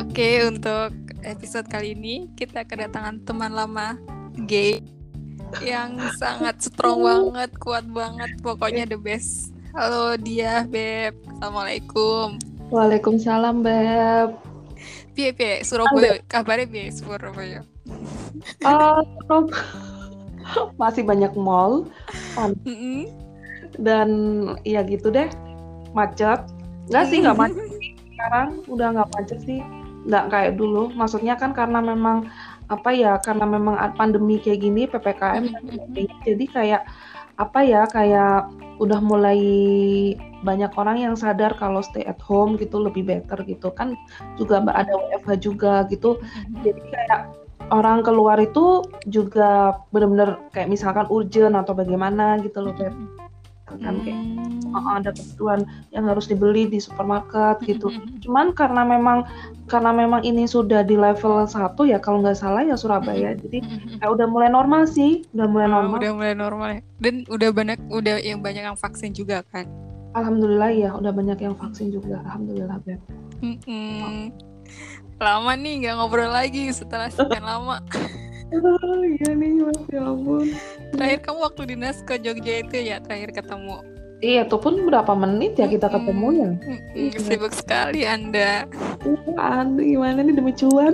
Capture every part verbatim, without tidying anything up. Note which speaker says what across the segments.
Speaker 1: Oke, untuk episode kali ini kita kedatangan teman lama gay yang sangat strong banget, kuat banget, pokoknya the best. Halo dia, Beb. Assalamualaikum.
Speaker 2: Waalaikumsalam, Beb.
Speaker 1: Piye piye Surabaya, kabarnya piye Surabaya?
Speaker 2: Uh, masih banyak mall
Speaker 1: Mm-mm.
Speaker 2: dan ya gitu deh, macet. Nggak sih, nggak macet sih. Sekarang udah nggak macet sih, nggak kayak dulu. Maksudnya kan karena memang apa ya, karena memang pandemi kayak gini, P P K M, jadi kayak apa ya, kayak udah mulai banyak orang yang sadar kalau stay at home gitu lebih better gitu kan, juga ada W F H juga gitu. Jadi kayak orang keluar itu juga benar-benar kayak misalkan urgent atau bagaimana gitu loh, Beb. Kan kayak oh, ada kebutuhan yang harus dibeli di supermarket gitu. Cuman karena memang karena memang ini sudah di level satu ya kalau nggak salah ya Surabaya. Jadi kayak udah mulai normal sih, udah mulai
Speaker 1: Oh,
Speaker 2: normal.
Speaker 1: udah mulai normal ya. Dan udah banyak udah yang banyak yang vaksin juga kan?
Speaker 2: Alhamdulillah ya, udah banyak yang vaksin juga. Alhamdulillah, Beb.
Speaker 1: Mm-mm. Lama nih nggak ngobrol lagi setelah sekian lama.
Speaker 2: Oh, iya nih, Mas, ya ampun.
Speaker 1: Terakhir kamu waktu dinas ke Jogja itu ya terakhir ketemu.
Speaker 2: Iya, itu pun berapa menit ya kita ketemu ya.
Speaker 1: Mm-mm. Sibuk sekali Anda.
Speaker 2: Aduh, gimana nih demi cuan.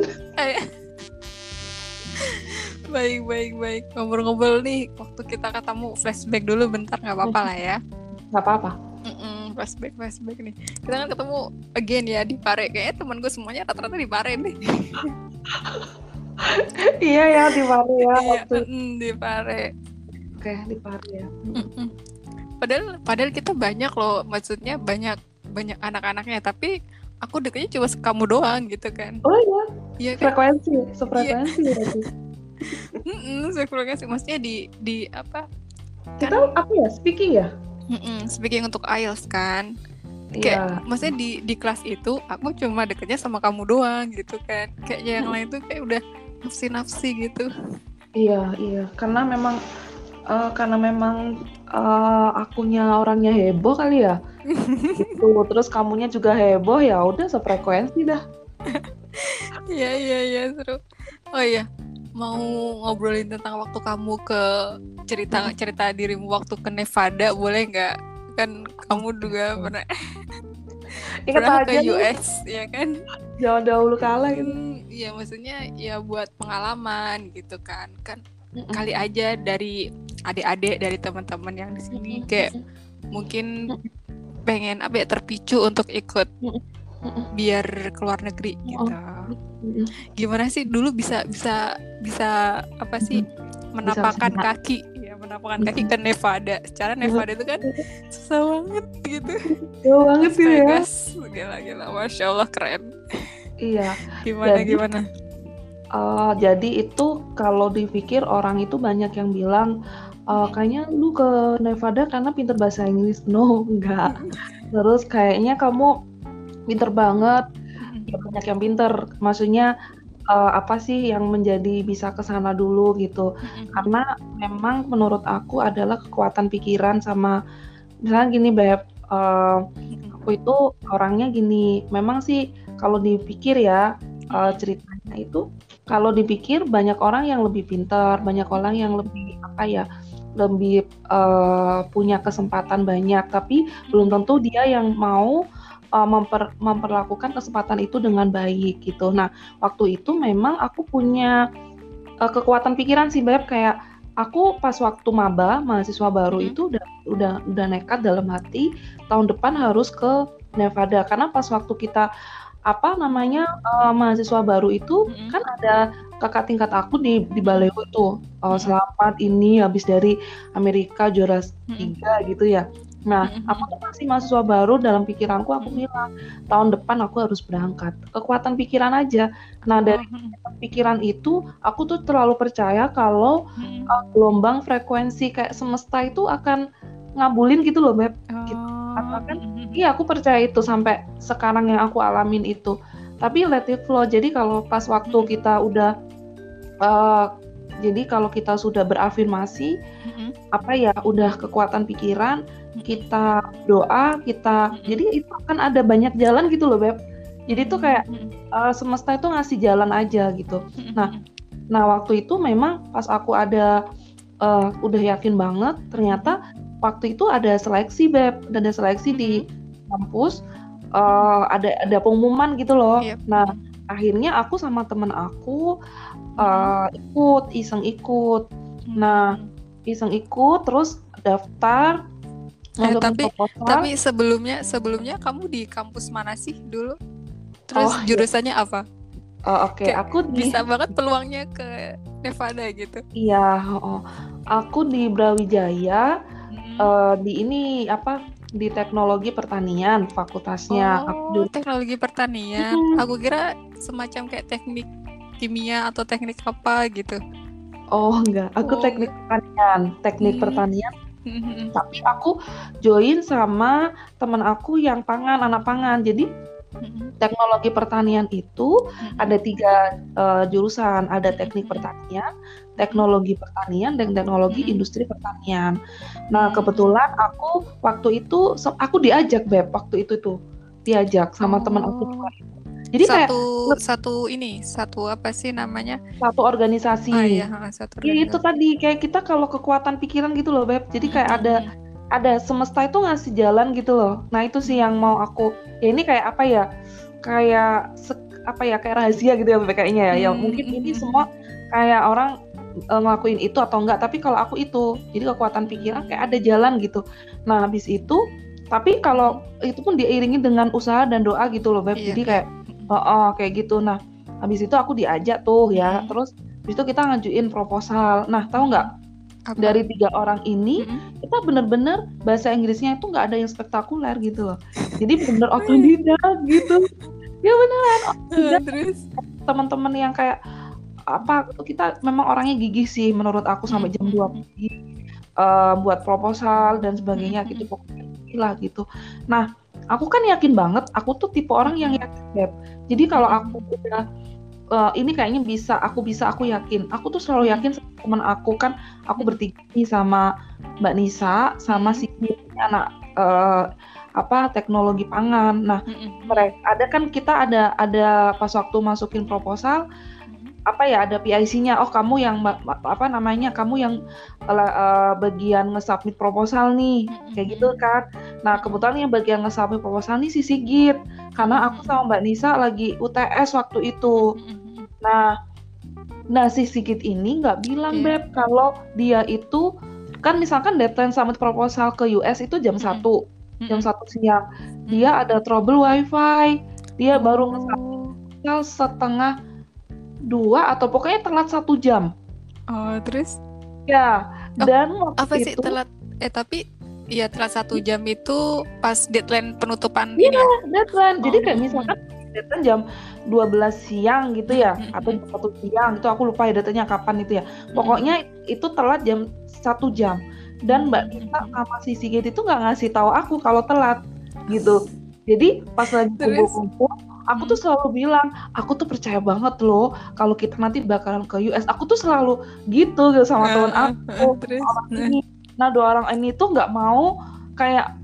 Speaker 1: Baik, baik, baik. Ngobrol-ngobrol nih, waktu kita ketemu flashback dulu bentar, nggak apa-apa lah ya.
Speaker 2: Nggak apa-apa.
Speaker 1: Mm-mm, flashback, flashback nih. Kita kan ketemu again ya di Pare. Kayaknya temen gue semuanya rata-rata di Pare nih.
Speaker 2: Iya ya, di Pare ya.
Speaker 1: Iya, mm, di Pare.
Speaker 2: Oke, di Pare ya.
Speaker 1: Mm-mm. Padahal, padahal kita banyak loh, maksudnya banyak banyak anak-anaknya, tapi aku deketnya cuma kamu doang gitu kan.
Speaker 2: Oh iya,
Speaker 1: iya kan?
Speaker 2: frekuensi, sefrekuensi
Speaker 1: iya.
Speaker 2: berarti.
Speaker 1: Mm-mm, sefrekuensi, maksudnya di di apa?
Speaker 2: Kita kan, apa ya, speaking ya?
Speaker 1: Mm-mm, speaking untuk I E L T S kan. Kayak,
Speaker 2: iya.
Speaker 1: maksudnya di di kelas itu aku cuma deketnya sama kamu doang gitu kan. Kayak yang lain tuh kayak udah nafsi-nafsi gitu.
Speaker 2: Iya, iya, karena memang uh, karena memang uh, akunya orangnya heboh kali ya. Gitu. Terus kamunya juga heboh, ya udah sefrekuensi dah.
Speaker 1: Iya, iya, iya, seru. Oh iya, mau ngobrolin tentang waktu kamu ke cerita cerita dirimu waktu ke Nevada, boleh nggak? Kan kamu juga pernah pernah ke U S nih, ya kan?
Speaker 2: Jauh dahulu kala gitu.
Speaker 1: Iya, hmm, maksudnya ya buat pengalaman gitu kan. Kan mm-mm. kali aja dari adik-adik dari teman-teman yang di sini kayak mungkin pengen apa ya, terpicu untuk ikut biar keluar negeri gitu. Gimana sih dulu bisa bisa bisa apa sih menapakkan bisa, kaki ya menapakkan kaki ke Nevada. Secara Nevada itu kan susah banget gitu.
Speaker 2: Jauh banget sih ya.
Speaker 1: Gila-gila, masya Allah, keren.
Speaker 2: Iya.
Speaker 1: Gimana
Speaker 2: jadi,
Speaker 1: gimana?
Speaker 2: Uh, jadi itu kalau dipikir orang itu banyak yang bilang uh, kayaknya lu ke Nevada karena pinter bahasa Inggris. No, enggak. Terus kayaknya kamu pinter banget. Ya, banyak yang pinter. Maksudnya uh, apa sih yang menjadi bisa ke sana dulu gitu. Karena memang menurut aku adalah kekuatan pikiran sama misalnya gini, Beb. Uh, aku itu orangnya gini. Memang sih kalau dipikir ya uh, ceritanya itu kalau dipikir banyak orang yang lebih pintar, banyak orang yang lebih apa ya, lebih uh, punya kesempatan banyak, tapi belum tentu dia yang mau uh, memper, memperlakukan kesempatan itu dengan baik gitu. Nah, waktu itu memang aku punya uh, kekuatan pikiran sih, Beb, kayak aku pas waktu maba, mahasiswa baru mm-hmm. itu udah udah udah nekat dalam hati tahun depan harus ke Nevada karena pas waktu kita apa namanya uh, mahasiswa baru itu mm-hmm. kan ada kakak tingkat aku di di Baleo itu uh, selamat ini habis dari Amerika juara tiga mm-hmm. gitu ya. Nah mm-hmm. aku tuh masih mahasiswa baru, dalam pikiranku aku bilang tahun depan aku harus berangkat. Kekuatan pikiran aja. Nah dari mm-hmm. pikiran itu aku tuh terlalu percaya kalau mm-hmm. uh, gelombang frekuensi kayak semesta itu akan ngabulin gitu loh, Beb. Oh. Gitu. Kan iya aku percaya itu sampai sekarang yang aku alamin itu. Tapi let it flow. Jadi kalau pas waktu kita udah uh, jadi kalau kita sudah berafirmasi mm-hmm. apa ya udah kekuatan pikiran, kita doa, kita mm-hmm. jadi itu akan ada banyak jalan gitu loh, Beb. Jadi tuh kayak uh, semesta itu ngasih jalan aja gitu. Nah, nah waktu itu memang pas aku ada uh, udah yakin banget, ternyata waktu itu ada seleksi Beb, dan ada seleksi di kampus, uh, ada ada pengumuman gitu loh.
Speaker 1: Yep.
Speaker 2: Nah, akhirnya aku sama temen aku uh, ikut, iseng ikut. Nah, iseng ikut, terus daftar.
Speaker 1: Eh, tapi proposal. Tapi sebelumnya sebelumnya kamu di kampus mana sih dulu? Terus oh, jurusannya ya. apa?
Speaker 2: Oh, Oke, okay. aku
Speaker 1: di... bisa banget peluangnya ke Nevada gitu.
Speaker 2: Iya, oh, aku di Brawijaya, hmm. uh, di ini apa? Di teknologi pertanian fakultasnya.
Speaker 1: Oh, aku teknologi pertanian. Hmm. Aku kira semacam kayak teknik kimia atau teknik apa gitu.
Speaker 2: Oh enggak, aku oh. teknik pertanian, teknik hmm. pertanian. Hmm. Tapi aku join sama teman aku yang pangan, anak pangan. Jadi hmm. teknologi pertanian itu hmm. ada tiga uh, jurusan, ada teknik pertanian, teknologi pertanian, dan teknologi hmm. industri pertanian. Nah kebetulan aku waktu itu aku diajak Beb, waktu itu tuh diajak sama oh. teman aku. Jadi
Speaker 1: satu
Speaker 2: kayak
Speaker 1: satu ini satu apa sih namanya
Speaker 2: satu organisasi.
Speaker 1: Oh, iya, satu organisasi.
Speaker 2: Ya, itu tadi kayak kita kalau kekuatan pikiran gitu loh Beb. Jadi kayak hmm. ada ada semesta itu ngasih jalan gitu loh. Nah itu sih yang mau aku. Ya ini kayak apa ya? Kayak se, apa ya? Kayak rahasia gitu ya Beb kayaknya ya. Hmm. Ya mungkin ini semua kayak orang uh, ngelakuin itu atau enggak. Tapi kalau aku itu, jadi kekuatan pikiran kayak ada jalan gitu. Nah habis itu, tapi kalau itu pun diiringi dengan usaha dan doa gitu loh Beb. Iya. Jadi kayak Oh, oh kayak gitu. Nah, habis itu aku diajak tuh ya. Hmm. Terus habis itu kita ngajuin proposal. Nah, tahu nggak? Dari tiga orang ini, hmm. kita bener-bener bahasa Inggrisnya itu nggak ada yang spektakuler gitu loh. Jadi bener-bener otodidak gitu. Ya beneran otodidak. Terus teman-teman yang kayak apa? Kita memang orangnya gigih sih menurut aku sampai jam dua pagi uh, buat proposal dan sebagainya gitu pokoknya lah gitu. Nah. Aku kan yakin banget, aku tuh tipe orang yang yakin Beb. Jadi kalau aku udah uh, ini kayaknya bisa, aku bisa, aku yakin. Aku tuh selalu yakin sama teman aku kan, aku bertiga nih sama Mbak Nisa, sama si anak uh, apa teknologi pangan. Nah, mereka ada kan kita ada ada pas waktu masukin proposal. Apa ya ada P I C-nya, oh kamu yang apa namanya kamu yang uh, bagian nge-submit proposal nih, kayak gitu kan. Nah kebetulan yang bagian nge-submit proposal nih si Sigit, karena aku sama Mbak Nisa lagi U T S waktu itu. Nah, nah si Sigit ini nggak bilang yeah. Beb kalau dia itu kan misalkan deadline submit proposal ke U S itu jam satu, jam satu siang, dia ada trouble wifi, dia oh. baru nge-submit setengah dua atau pokoknya telat satu jam.
Speaker 1: Oh terus?
Speaker 2: Ya dan
Speaker 1: oh,
Speaker 2: waktu
Speaker 1: apa sih
Speaker 2: itu,
Speaker 1: telat? Eh tapi ya telat satu jam itu pas deadline penutupan
Speaker 2: iya,
Speaker 1: ini ya?
Speaker 2: deadline. Jadi oh. kayak misalkan deadline jam dua belas siang gitu ya, hmm. atau jam satu siang itu aku lupa ya datanya kapan itu ya. Pokoknya hmm. itu telat jam satu jam. Dan Mbak Nisa sama si Sigit itu nggak ngasih tahu aku kalau telat gitu. Jadi pas lagi kumpul-kumpul aku tuh selalu bilang, aku tuh percaya banget loh kalau kita nanti bakalan ke U S. Aku tuh selalu gitu, gitu sama teman aku. Terus, orang ini. Nah dua orang ini tuh nggak mau kayak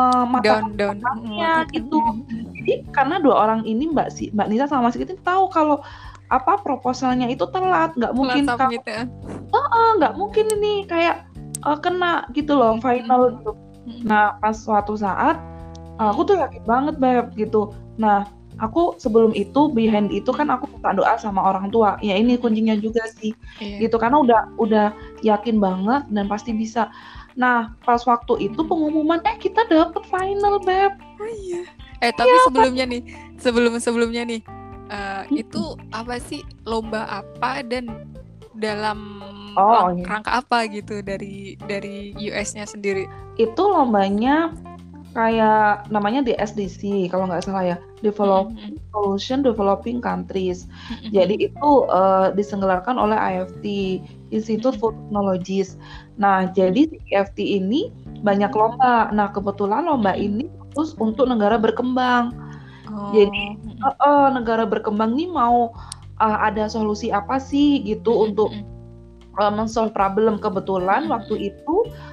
Speaker 2: mematahkannya gitu. Jadi karena dua orang ini Mbak si Mbak Nisa sama Mas Sigit tahu kalau apa proposalnya itu telat, nggak mungkin kalau
Speaker 1: gitu ya.
Speaker 2: uh, nggak mungkin ini kayak uh, kena gitu loh final gitu. Nah pas suatu saat aku tuh yakin banget Beb gitu. Nah aku sebelum itu behind itu kan aku minta doa sama orang tua. Ya ini kuncinya juga sih. Iya. Gitu karena udah udah yakin banget dan pasti bisa. Nah, pas waktu itu pengumuman eh kita dapet final Beb.
Speaker 1: Oh iya. Eh tapi ya, sebelumnya nih, sebelum-sebelumnya nih uh, hmm. itu apa sih lomba apa dan dalam oh, rang- iya. rangka apa gitu dari dari U S-nya sendiri? Itu
Speaker 2: lombanya kayak namanya D S D C kalau nggak salah ya, Develop mm-hmm. Solution Developing Countries. Mm-hmm. Jadi itu uh, diselenggarakan oleh I F T, Institute mm-hmm. for Technologies. Nah jadi I F T ini banyak lomba. Nah kebetulan lomba mm-hmm. ini khusus untuk negara berkembang. Oh. Jadi uh, uh, negara berkembang ini mau uh, ada solusi apa sih gitu mm-hmm. untuk uh, men-solve problem. Kebetulan mm-hmm. waktu itu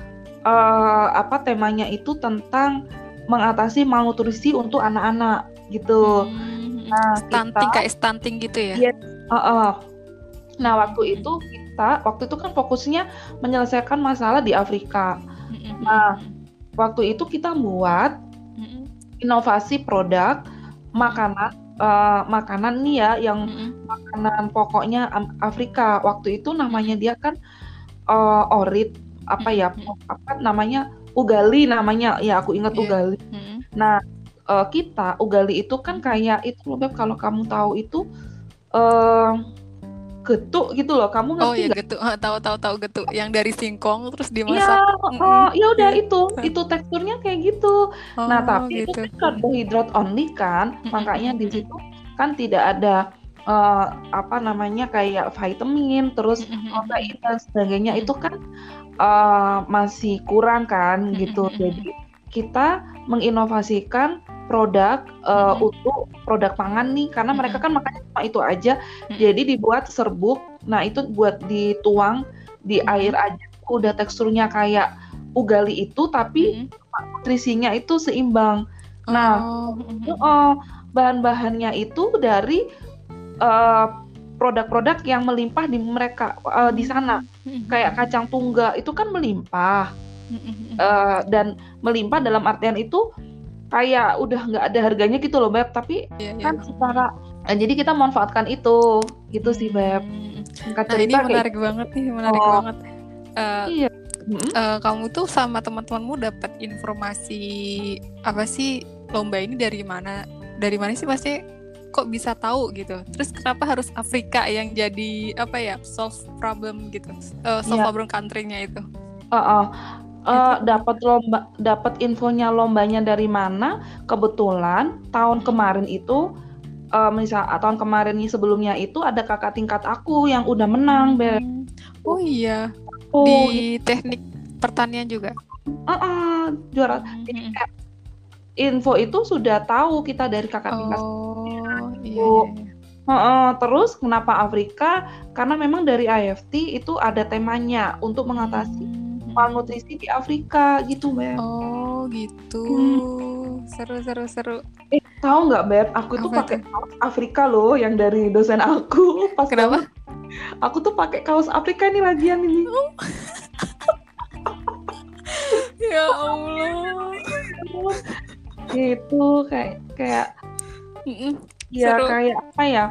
Speaker 2: Uh, apa temanya itu tentang mengatasi malnutrisi untuk anak-anak gitu. Hmm. Nah, kita
Speaker 1: Stunting kayak stunting gitu ya?
Speaker 2: yes, uh-uh. Nah, waktu itu
Speaker 1: Mm-mm.
Speaker 2: kita waktu itu kan fokusnya menyelesaikan masalah di Afrika.
Speaker 1: Mm-mm.
Speaker 2: Nah, waktu itu kita buat
Speaker 1: Mm-mm.
Speaker 2: inovasi produk makanan uh, makanan nih ya yang
Speaker 1: Mm-mm.
Speaker 2: makanan pokoknya Am- Afrika. Waktu itu namanya dia kan uh, orit apa ya
Speaker 1: Mm-mm.
Speaker 2: apa namanya ugali namanya ya aku ingat
Speaker 1: Iya.
Speaker 2: ugali.
Speaker 1: Mm-mm.
Speaker 2: Nah, uh, kita ugali itu kan kayak itu loh Beb, kalau kamu tahu itu uh, getuk gitu loh, kamu
Speaker 1: Oh
Speaker 2: ngerti
Speaker 1: ya
Speaker 2: nggak?
Speaker 1: getuk, Ah, tahu tahu tahu getuk yang dari singkong terus
Speaker 2: Iya,
Speaker 1: dimasak.
Speaker 2: oh,
Speaker 1: Mm-mm.
Speaker 2: ya udah
Speaker 1: Iya.
Speaker 2: itu, itu teksturnya kayak gitu. Nah,
Speaker 1: Oh
Speaker 2: tapi itu
Speaker 1: gitu.
Speaker 2: kan karbohidrat only kan, makanya di
Speaker 1: Mm-mm.
Speaker 2: situ kan tidak ada eh, apa namanya kayak vitamin, terus
Speaker 1: Mm-mm.
Speaker 2: protein dan sebagainya
Speaker 1: Mm-mm.
Speaker 2: itu kan eh, masih kurang kan gitu.
Speaker 1: Mm-mm.
Speaker 2: Jadi kita menginovasikan produk eh,
Speaker 1: Mm-mm.
Speaker 2: untuk produk pangan nih, karena mereka
Speaker 1: Mm-mm.
Speaker 2: kan makannya cuma itu aja.
Speaker 1: Mm-mm.
Speaker 2: Jadi dibuat serbuk. Nah, itu buat dituang di
Speaker 1: Mm-mm.
Speaker 2: air aja, udah teksturnya kayak ugali itu, tapi
Speaker 1: Mm-mm.
Speaker 2: nutrisinya itu seimbang. Nah,
Speaker 1: Oh. Mm-mm.
Speaker 2: eh, bahan-bahannya itu dari eh, produk-produk yang melimpah di mereka eh, di sana.
Speaker 1: Mm-mm.
Speaker 2: Kayak kacang tunggal itu kan melimpah.
Speaker 1: Mm-mm.
Speaker 2: Eh, dan melimpah dalam artian itu kayak udah nggak ada harganya gitu loh Beb, tapi
Speaker 1: Iya, iya.
Speaker 2: kan secara eh, jadi kita manfaatkan itu gitu sih Beb.
Speaker 1: Hmm.
Speaker 2: Singkat
Speaker 1: Nah ini
Speaker 2: cerita kayak
Speaker 1: menarik banget nih, menarik
Speaker 2: oh
Speaker 1: banget. Eh,
Speaker 2: iya. Mm-mm.
Speaker 1: eh, kamu tuh sama teman-temanmu dapat informasi apa sih lomba ini dari mana? Dari mana sih pasti kok bisa tahu gitu? Terus kenapa harus Afrika yang jadi apa ya solve problem gitu? Eh, solve
Speaker 2: Iya.
Speaker 1: problem country-nya itu?
Speaker 2: Uh, uh. Uh,
Speaker 1: Itu.
Speaker 2: dapat lomba, dapat infonya lombanya dari mana? Kebetulan tahun kemarin itu, uh, misal uh, tahun kemarin nih sebelumnya itu ada kakak tingkat aku yang udah menang, Beb.
Speaker 1: Hmm. Oh iya,
Speaker 2: Oh,
Speaker 1: di teknik pertanian juga.
Speaker 2: uh, uh, juara. Jadi
Speaker 1: Hmm.
Speaker 2: kayak info itu sudah tahu kita dari kakak tingkat.
Speaker 1: Oh iya, iya,
Speaker 2: Oh,
Speaker 1: iya.
Speaker 2: uh, uh, terus kenapa Afrika? Karena memang dari I F T itu ada temanya untuk mengatasi
Speaker 1: Hmm.
Speaker 2: malnutrisi di Afrika gitu, Beb.
Speaker 1: Oh gitu,
Speaker 2: Hmm.
Speaker 1: seru seru seru.
Speaker 2: Eh, tahu nggak Beb? Aku tuh
Speaker 1: Apa
Speaker 2: pakai
Speaker 1: tuh?
Speaker 2: kaos Afrika loh, yang dari dosen aku. Pas
Speaker 1: Kenapa?
Speaker 2: banget. Aku tuh pakai kaos Afrika nih lagian ini.
Speaker 1: Ya Allah.
Speaker 2: Gitu kayak kayak
Speaker 1: Mm-mm,
Speaker 2: ya
Speaker 1: seru.
Speaker 2: kayak apa ya?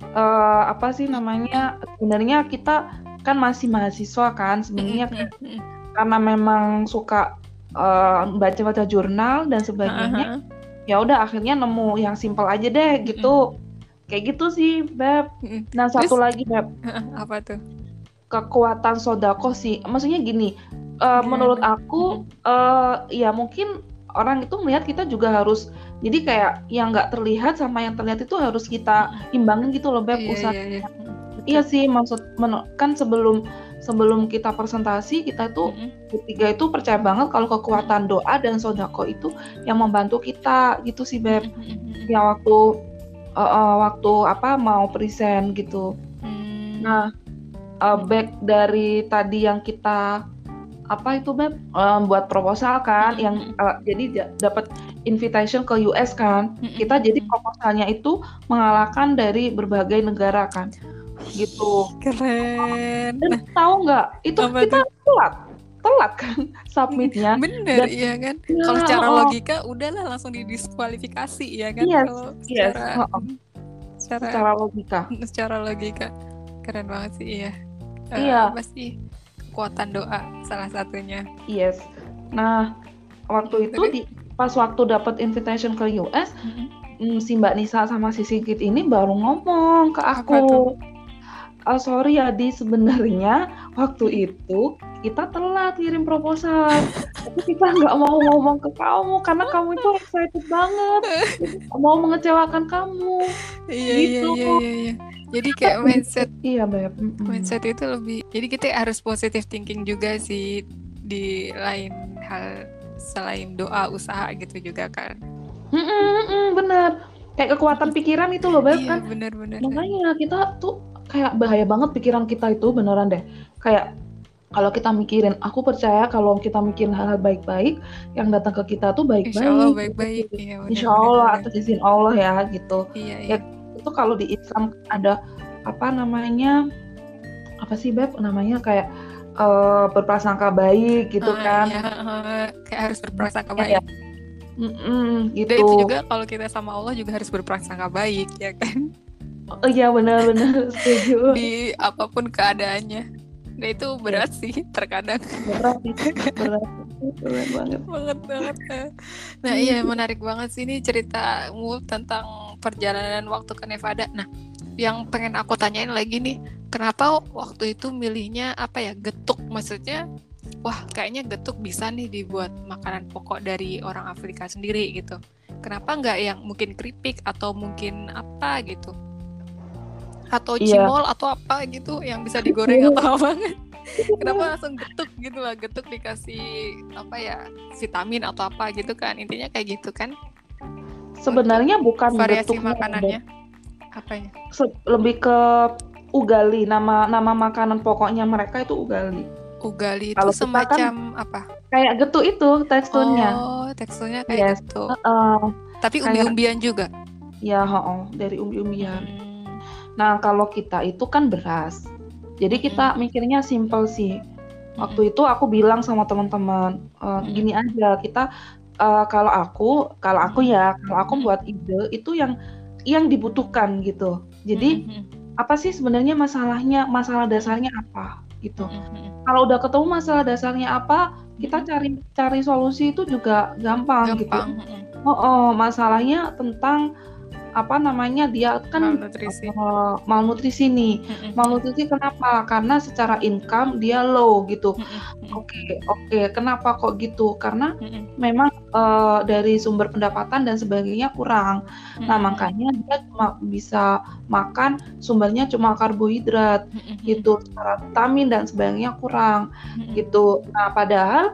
Speaker 2: Eh, apa sih namanya? Sebenarnya kita kan masih mahasiswa kan, sebenarnya
Speaker 1: Mm-mm,
Speaker 2: kayak
Speaker 1: mm-mm.
Speaker 2: karena memang suka eh, baca-baca jurnal dan sebagainya.
Speaker 1: Ha-ha.
Speaker 2: Ya udah akhirnya nemu yang simpel aja deh
Speaker 1: Mm-mm.
Speaker 2: gitu. Kayak gitu sih, Beb.
Speaker 1: Mm-mm.
Speaker 2: Nah, satu
Speaker 1: Terus
Speaker 2: lagi, Beb.
Speaker 1: ha-ha, apa tuh?
Speaker 2: Kekuatan sodako sih. Maksudnya gini, uh, menurut
Speaker 1: Gimana?
Speaker 2: aku, uh, ya mungkin orang itu melihat kita juga harus, jadi kayak yang nggak terlihat sama yang terlihat itu harus kita imbangin gitu loh, Beb.
Speaker 1: Iya
Speaker 2: Usaha.
Speaker 1: iya iya. Mm,
Speaker 2: Iya
Speaker 1: betul.
Speaker 2: sih, maksud men- kan sebelum sebelum kita presentasi, kita tuh
Speaker 1: Mm-mm.
Speaker 2: bertiga itu percaya banget kalau kekuatan doa dan sodako itu yang membantu kita gitu sih, Beb.
Speaker 1: Mm-mm.
Speaker 2: Ya waktu uh, uh, waktu apa mau present gitu.
Speaker 1: Hmm.
Speaker 2: Nah, uh, back dari tadi yang kita apa itu Beb um, buat proposal kan,
Speaker 1: Mm-mm.
Speaker 2: yang uh, jadi ja- dapat invitation ke U S kan.
Speaker 1: Mm-mm.
Speaker 2: Kita jadi proposalnya itu mengalahkan dari berbagai negara kan, gitu.
Speaker 1: Keren.
Speaker 2: Dan
Speaker 1: Nah,
Speaker 2: tahu nggak, itu
Speaker 1: apa
Speaker 2: kita
Speaker 1: tuh?
Speaker 2: telat, telat kan submitnya.
Speaker 1: Bener,
Speaker 2: Dan
Speaker 1: iya kan?
Speaker 2: ya,
Speaker 1: Kalau secara
Speaker 2: oh,
Speaker 1: logika udahlah langsung didiskualifikasi ya kan?
Speaker 2: yes,
Speaker 1: Kalau
Speaker 2: yes,
Speaker 1: secara
Speaker 2: oh, oh,
Speaker 1: secara
Speaker 2: secara logika.
Speaker 1: secara logika keren banget sih iya. Eh,
Speaker 2: Iya,
Speaker 1: apa sih kekuatan doa salah satunya.
Speaker 2: yes. Nah, waktu itu
Speaker 1: Terus?
Speaker 2: di pas waktu dapat invitation ke U S,
Speaker 1: Mm-mm.
Speaker 2: mm, si Mbak Nisa sama si Sigit ini baru ngomong ke
Speaker 1: Apa tuh?
Speaker 2: aku. "Ah, sorry ya Di, sebenarnya waktu
Speaker 1: Mm.
Speaker 2: itu kita telat ngirim proposal, tapi kita nggak mau ngomong ke kamu karena kamu itu excited banget, jadi nggak mau mengecewakan kamu."
Speaker 1: Iya iya
Speaker 2: Gitu.
Speaker 1: iya iya iya. Jadi kayak mindset
Speaker 2: Iya, Beb. Mm-mm.
Speaker 1: mindset itu lebih. Jadi kita harus positive thinking juga sih di lain hal selain doa usaha gitu juga kan.
Speaker 2: Mm-mm, mm-mm, bener. Kayak kekuatan pikiran itu loh, Beb,
Speaker 1: Iya
Speaker 2: kan.
Speaker 1: benar-benar.
Speaker 2: Makanya kita tuh kayak bahaya banget pikiran kita itu, beneran deh. Kayak kalau kita mikirin, aku percaya kalau kita mikirin hal-hal baik-baik, yang datang ke kita tuh
Speaker 1: Insya Allah
Speaker 2: baik-baik gitu
Speaker 1: baik-baik.
Speaker 2: sih.
Speaker 1: Iya
Speaker 2: Insya
Speaker 1: benar-benar
Speaker 2: Allah
Speaker 1: benar.
Speaker 2: atas izin Allah ya gitu.
Speaker 1: Iya iya.
Speaker 2: Ya itu kalau di Islam ada apa namanya apa sih Beb namanya kayak uh, berprasangka baik gitu
Speaker 1: Ah,
Speaker 2: kan?
Speaker 1: iya, ah, kayak harus berprasangka
Speaker 2: Ya, ya.
Speaker 1: baik.
Speaker 2: Mm-mm,
Speaker 1: Dan itu
Speaker 2: gitu.
Speaker 1: juga kalau kita sama Allah juga harus berprasangka baik ya kan.
Speaker 2: Oh iya benar-benar setuju.
Speaker 1: Di apapun keadaannya. Nah itu
Speaker 2: Ya,
Speaker 1: berat sih terkadang.
Speaker 2: berat itu, berat, berat banget.
Speaker 1: Banget banget. Nah iya menarik banget sih ini ceritamu tentang perjalanan waktu ke Nevada. Nah yang pengen aku tanyain lagi nih, kenapa waktu itu milihnya apa ya, getuk, maksudnya wah kayaknya getuk bisa nih dibuat makanan pokok dari orang Afrika sendiri gitu. Kenapa nggak yang mungkin keripik atau mungkin apa gitu, atau
Speaker 2: Iya.
Speaker 1: cimol atau apa gitu yang bisa digoreng atau apa? Kenapa langsung getuk gitu lah, getuk dikasih apa ya, vitamin atau apa gitu kan, intinya kayak gitu kan.
Speaker 2: Sebenarnya
Speaker 1: Untuk
Speaker 2: bukan
Speaker 1: variasi
Speaker 2: getuknya,
Speaker 1: makanannya apanya?
Speaker 2: Se- lebih ke ugali, nama nama makanan pokoknya mereka itu ugali.
Speaker 1: Ugali itu
Speaker 2: Kalau kita kan
Speaker 1: semacam apa?
Speaker 2: kayak getuk itu teksturnya.
Speaker 1: Oh, teksturnya kayak
Speaker 2: Yes.
Speaker 1: gitu.
Speaker 2: Uh,
Speaker 1: Tapi
Speaker 2: kayak
Speaker 1: umbi-umbian juga.
Speaker 2: ya, oh, dari umbi-umbian.
Speaker 1: Hmm.
Speaker 2: Nah, kalau kita itu kan beras. Jadi kita mikirnya simple sih. Waktu itu aku bilang sama teman-teman, uh, gini aja, kita uh, kalau aku, kalau aku ya, kalau aku buat ide itu yang yang dibutuhkan gitu. Jadi apa sih sebenarnya masalahnya, masalah dasarnya apa gitu. Kalau udah ketemu masalah dasarnya apa, kita cari cari solusi itu juga gampang,
Speaker 1: Gampang.
Speaker 2: gitu. Oh, oh, masalahnya tentang apa namanya dia kan
Speaker 1: Malnutrisi.
Speaker 2: uh, malnutrisi nih. Malnutrisi kenapa? Karena secara income dia low gitu. Oke, okay, oke. Okay. Kenapa kok gitu? Karena memang uh, dari sumber pendapatan dan sebagainya kurang. Nah, makanya dia cuma bisa makan sumbernya cuma karbohidrat gitu. Secara vitamin dan sebagainya kurang gitu. Nah, padahal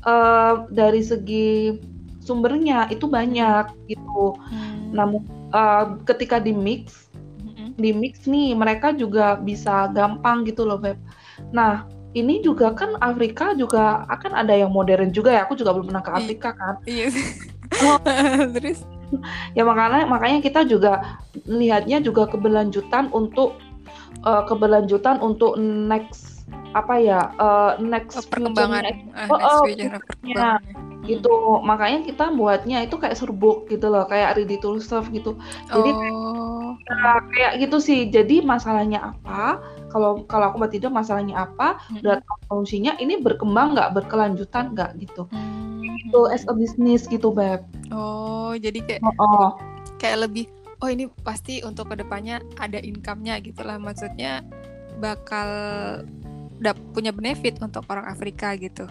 Speaker 2: uh, dari segi sumbernya itu banyak gitu. Namun uh, ketika di mix, mm-hmm. di mix nih mereka juga bisa gampang gitu loh Beb. Nah ini juga kan Afrika juga akan ada yang modern juga ya. Aku juga belum pernah ke Afrika kan.
Speaker 1: Iya.
Speaker 2: Oh,
Speaker 1: terus?
Speaker 2: Ya makanya makanya kita juga lihatnya juga keberlanjutan untuk uh, keberlanjutan untuk next apa ya uh, next
Speaker 1: perkembangan
Speaker 2: uh, next
Speaker 1: oh,
Speaker 2: future perkembangan gitu. Hmm. Makanya kita buatnya itu kayak serbuk gitu loh, kayak ready to serve gitu. Jadi
Speaker 1: oh.
Speaker 2: kayak, kayak gitu sih. Jadi masalahnya apa? Kalau kalau aku buat ide masalahnya apa?
Speaker 1: Hmm.
Speaker 2: Dan solusinya ini berkembang nggak, berkelanjutan nggak gitu. Hmm. Itu as a business gitu Beb.
Speaker 1: Oh jadi kayak
Speaker 2: oh, oh.
Speaker 1: kayak lebih oh ini pasti untuk kedepannya ada income-nya gitulah, maksudnya bakal udah punya benefit untuk orang Afrika gitu.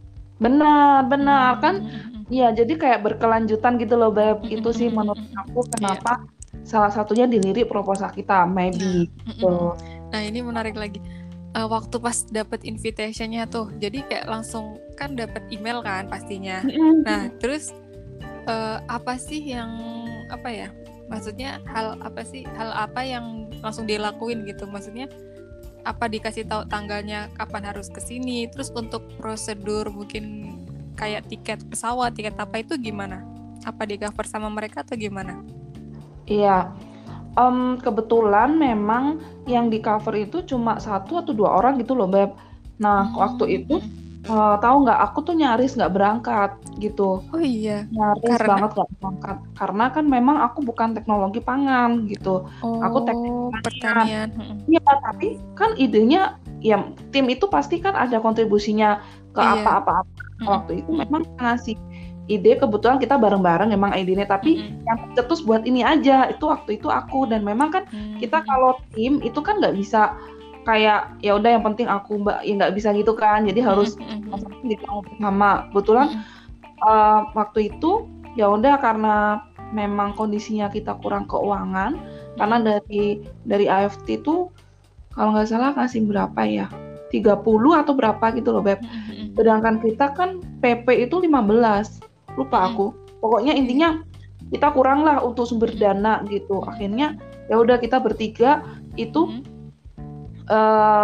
Speaker 2: Benar, benar hmm. kan? Ya, jadi kayak berkelanjutan gitu loh, Beb. Hmm. Itu sih menurut aku kenapa yeah. salah satunya dilirik proposal kita, maybe. Nah, gitu.
Speaker 1: Nah ini menarik lagi. Uh, waktu pas dapet invitation-nya tuh, jadi kayak langsung kan dapet email kan pastinya. Hmm. Nah terus uh, apa sih yang apa ya? Maksudnya hal apa sih? Hal apa yang langsung dilakuin gitu? Maksudnya apa dikasih tahu tanggalnya kapan harus kesini, terus untuk prosedur mungkin kayak tiket pesawat, tiket apa itu gimana? Apa di cover sama mereka atau gimana?
Speaker 2: Iya, um, kebetulan memang yang di cover itu cuma satu atau dua orang gitu loh Beb. Nah hmm. waktu itu uh, tahu nggak, aku tuh nyaris nggak berangkat gitu.
Speaker 1: Oh iya.
Speaker 2: Nyaris karena... banget nggak berangkat karena kan memang aku bukan teknologi pangan gitu.
Speaker 1: Oh,
Speaker 2: aku teknik
Speaker 1: pertanian.
Speaker 2: Iya, tapi kan idenya ya tim itu pasti kan ada kontribusinya ke iya. apa-apa. Mm-hmm. Waktu itu memang ngasih ide, kebetulan kita bareng-bareng memang idenya, tapi mm-hmm. yang cetus buat ini aja itu waktu itu aku. Dan memang kan mm-hmm. kita kalau tim itu kan nggak bisa kayak ya udah yang penting aku mbak ya nggak bisa gitu kan, jadi harus mm-hmm. ditanggung bersama. Kebetulan mm-hmm. uh, waktu itu ya udah karena memang kondisinya kita kurang keuangan, karena dari dari A F T itu kalau nggak salah kasih berapa ya, tiga puluh atau berapa gitu loh Beb. Sedangkan kita kan P P itu lima belas, lupa aku. Pokoknya intinya kita kurang lah untuk sumber dana gitu. Akhirnya ya udah kita bertiga itu uh,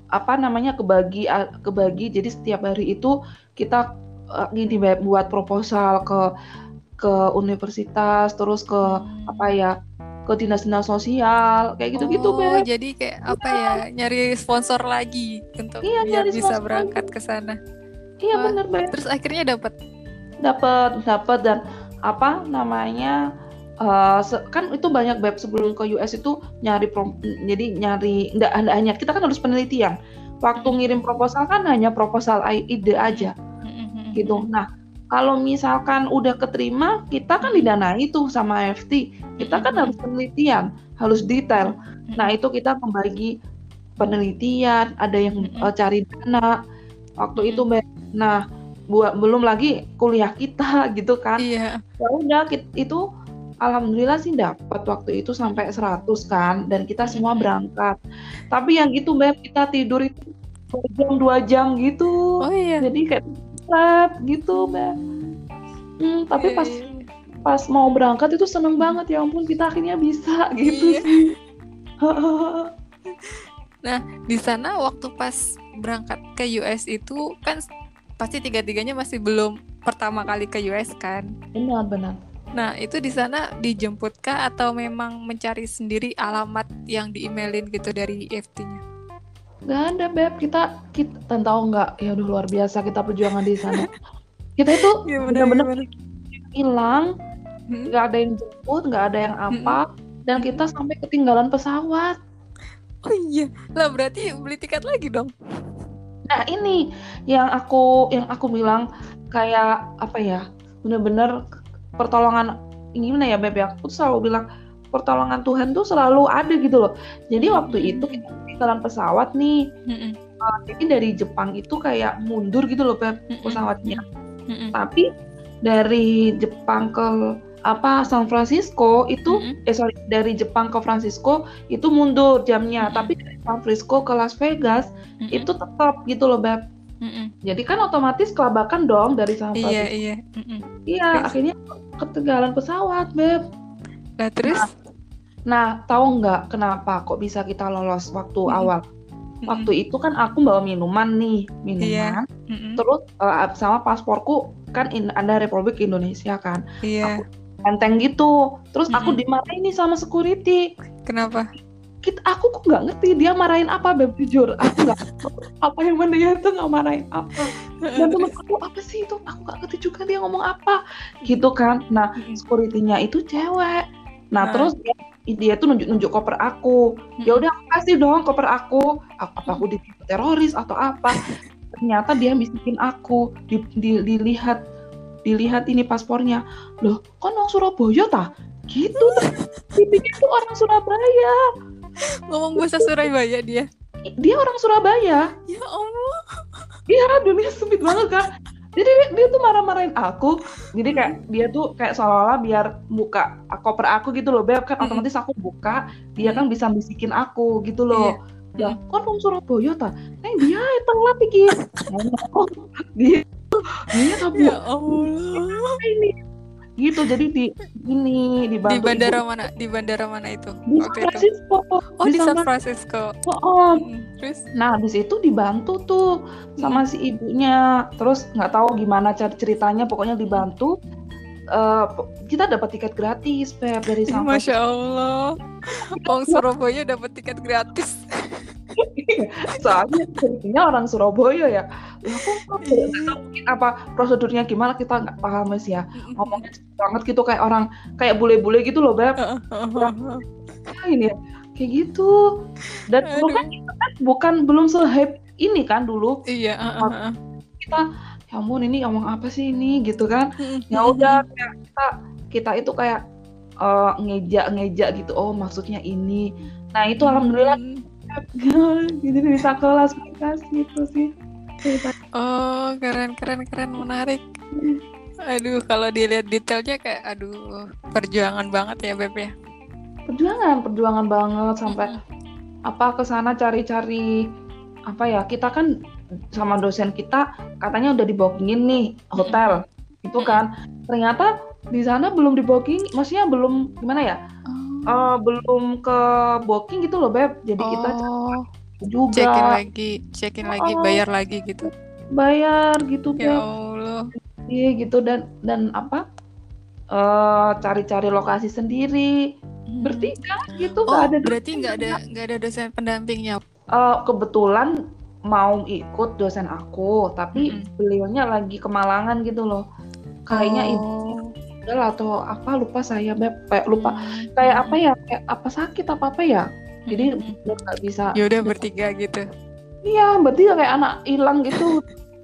Speaker 2: apa namanya kebagi kebagi jadi setiap hari itu kita uh, gini Beb, buat proposal ke ke universitas terus ke
Speaker 1: Hmm.
Speaker 2: apa ya ke dinas-dinas sosial kayak gitu-gitu
Speaker 1: Oh,
Speaker 2: Beb.
Speaker 1: jadi kayak apa ya, nyari sponsor lagi untuk
Speaker 2: Iya
Speaker 1: biar
Speaker 2: nyari
Speaker 1: bisa
Speaker 2: sponsor
Speaker 1: berangkat
Speaker 2: lagi.
Speaker 1: ke sana.
Speaker 2: Iya
Speaker 1: Wah,
Speaker 2: bener Beb.
Speaker 1: terus akhirnya dapat.
Speaker 2: Dapat dapat dan apa namanya uh, se- kan itu banyak Beb sebelum ke U S itu nyari prom, jadi nyari enggak hanya kita kan harus penelitian. Waktu ngirim proposal kan hanya proposal i- ide aja gitu. Nah, kalau misalkan udah keterima, kita kan didanai tuh sama A F T. Kita kan harus penelitian, harus detail. Nah, itu kita membagi penelitian, ada yang uh, cari dana. Waktu itu Beb. Nah, buat belum lagi kuliah kita gitu kan.
Speaker 1: Iya.
Speaker 2: Ya udah kit- itu alhamdulillah sih dapat waktu itu sampai seratus kan dan kita semua berangkat. Tapi yang gitu Beb, kita tidur itu dua jam dua jam gitu.
Speaker 1: Oh iya.
Speaker 2: Jadi kayak trap gitu Beb. Hmm, tapi
Speaker 1: Iya,
Speaker 2: pas
Speaker 1: iya.
Speaker 2: pas mau berangkat itu seneng banget ya ampun kita akhirnya bisa gitu
Speaker 1: Iya.
Speaker 2: sih.
Speaker 1: Nah, di sana waktu pas berangkat ke U S itu kan pasti tiga-tiganya masih belum pertama kali ke U S kan?
Speaker 2: Benar, benar.
Speaker 1: Nah, itu di sana dijemput kah atau memang mencari sendiri alamat yang di-emailin gitu dari E F T-nya?
Speaker 2: Gak ada Beb, kita kita tahu nggak ya udah luar biasa kita perjuangan di sana. Kita itu benar-benar hilang, nggak ada yang jemput, nggak ada yang apa, dan kita sampai ketinggalan pesawat.
Speaker 1: Oh iya, lah berarti beli tiket lagi dong.
Speaker 2: Nah ini yang aku yang aku bilang kayak apa ya, benar-benar pertolongan gimana ya Beb ya, aku selalu bilang pertolongan Tuhan tuh selalu ada gitu loh. Jadi waktu itu kita ketinggalan pesawat nih, uh, jadi dari Jepang itu kayak mundur gitu loh Beb pesawatnya. Tapi dari Jepang ke apa San Francisco itu mm-hmm. eh sorry dari Jepang ke Francisco itu mundur jamnya, mm-hmm. tapi dari San Francisco ke Las Vegas mm-hmm. itu tetap gitu loh Beb. Mm-hmm. Jadi kan otomatis kelabakan dong dari San Francisco.
Speaker 1: Iya iya. Mm-hmm.
Speaker 2: Iya terus? Akhirnya ketinggalan pesawat Beb.
Speaker 1: Nah terus?
Speaker 2: Nah, nah tahu nggak kenapa kok bisa kita lolos waktu mm-hmm. awal? Mm-hmm. Waktu itu kan aku bawa minuman nih minuman, yeah. mm-hmm. terus uh, sama pasporku kan in, ada Republik Indonesia kan.
Speaker 1: Iya.
Speaker 2: Aku enteng gitu, terus mm-hmm. aku dimarahin nih sama security.
Speaker 1: Kenapa?
Speaker 2: Kita, aku kok nggak ngerti dia marahin apa Beb, jujur aku nggak apa yang mana dia tuh nggak marahin apa dan temen aku apa sih itu aku nggak ngerti juga dia ngomong apa gitu kan. Nah mm-hmm. security-nya itu cewek, nah, nah. terus dia, dia tuh nunjuk-nunjuk koper aku, mm-hmm. ya udah aku kasih dong koper aku, apa aku ditipu teroris atau apa. Ternyata dia bisikin aku di, di, dilihat dilihat ini paspornya, loh kan orang Surabaya tah gitu, dipikir tuh orang Surabaya,
Speaker 1: ngomong bahasa Surabaya dia
Speaker 2: dia orang Surabaya.
Speaker 1: Ya Allah,
Speaker 2: iya dunia sempit banget kan. Jadi dia tuh marah-marahin aku, jadi kayak dia tuh kayak seolah-olah biar buka koper aku gitu loh Beb, kan otomatis aku buka, dia kan bisa bisikin aku gitu loh. Lah kan orang Surabaya tah, eh dia telat pikir dia dia tapi
Speaker 1: ya Allah
Speaker 2: ini gitu. Jadi di ini di
Speaker 1: di bandara ibu. mana di bandara mana itu
Speaker 2: di San Francisco.
Speaker 1: Oh di, di San Francisco.
Speaker 2: Oh, oh.
Speaker 1: Hmm, terus
Speaker 2: nah di situ dibantu tuh sama hmm. si ibunya, terus nggak tahu gimana ceritanya pokoknya dibantu. Uh, kita dapat tiket gratis Beb dari San Francisco.
Speaker 1: Masya Allah, orang Surabaya dapat tiket gratis.
Speaker 2: Soalnya ceritanya orang Surabaya ya. Ya kok mungkin apa prosedurnya gimana kita nggak paham Mas ya. Ngomongnya banget gitu kayak orang kayak bule-bule gitu loh Beb. Ini ya kayak gitu. Dan dulu kan kita kan bukan belum se-hype ini kan dulu.
Speaker 1: Iya. Uh-uh.
Speaker 2: Kita ya ampun ini ngomong apa sih ini gitu kan. Ya udah kayak kita kita itu kayak uh, ngejak-ngejak gitu. Oh maksudnya ini. Nah itu alhamdulillah. Jadi bisa kelas Vegas gitu sih.
Speaker 1: Oh keren keren keren menarik. Aduh kalau dilihat detailnya kayak aduh perjuangan banget ya Beb ya.
Speaker 2: Perjuangan perjuangan banget sampai mm-hmm. apa kesana cari-cari apa ya, kita kan sama dosen kita katanya udah di-bookingin nih hotel mm-hmm. itu kan ternyata di sana belum di-booking, maksudnya belum gimana ya? Uh, belum ke booking gitu loh Beb, jadi oh. kita juga.
Speaker 1: Cekin lagi, cekin lagi,
Speaker 2: Oh,
Speaker 1: bayar lagi gitu.
Speaker 2: bayar gitu
Speaker 1: Ya
Speaker 2: Beb.
Speaker 1: Allah.
Speaker 2: Iya gitu dan dan apa? eh cari-cari lokasi sendiri
Speaker 1: Hmm.
Speaker 2: bertiga gitu nggak
Speaker 1: Oh,
Speaker 2: ada
Speaker 1: berarti
Speaker 2: dosen.
Speaker 1: nggak ada nggak ada dosen pendampingnya.
Speaker 2: Eh, kebetulan mau ikut dosen aku tapi
Speaker 1: Mm-mm.
Speaker 2: beliaunya lagi kemalangan gitu loh kayaknya ibu
Speaker 1: Oh.
Speaker 2: atau apa lupa saya Beb kayak lupa
Speaker 1: Hmm.
Speaker 2: kayak apa
Speaker 1: Mm-mm.
Speaker 2: ya kayak apa sakit apa apa ya jadi
Speaker 1: Mm-mm.
Speaker 2: udah nggak bisa.
Speaker 1: Ya udah bertiga gitu.
Speaker 2: Iya berarti kayak anak hilang gitu.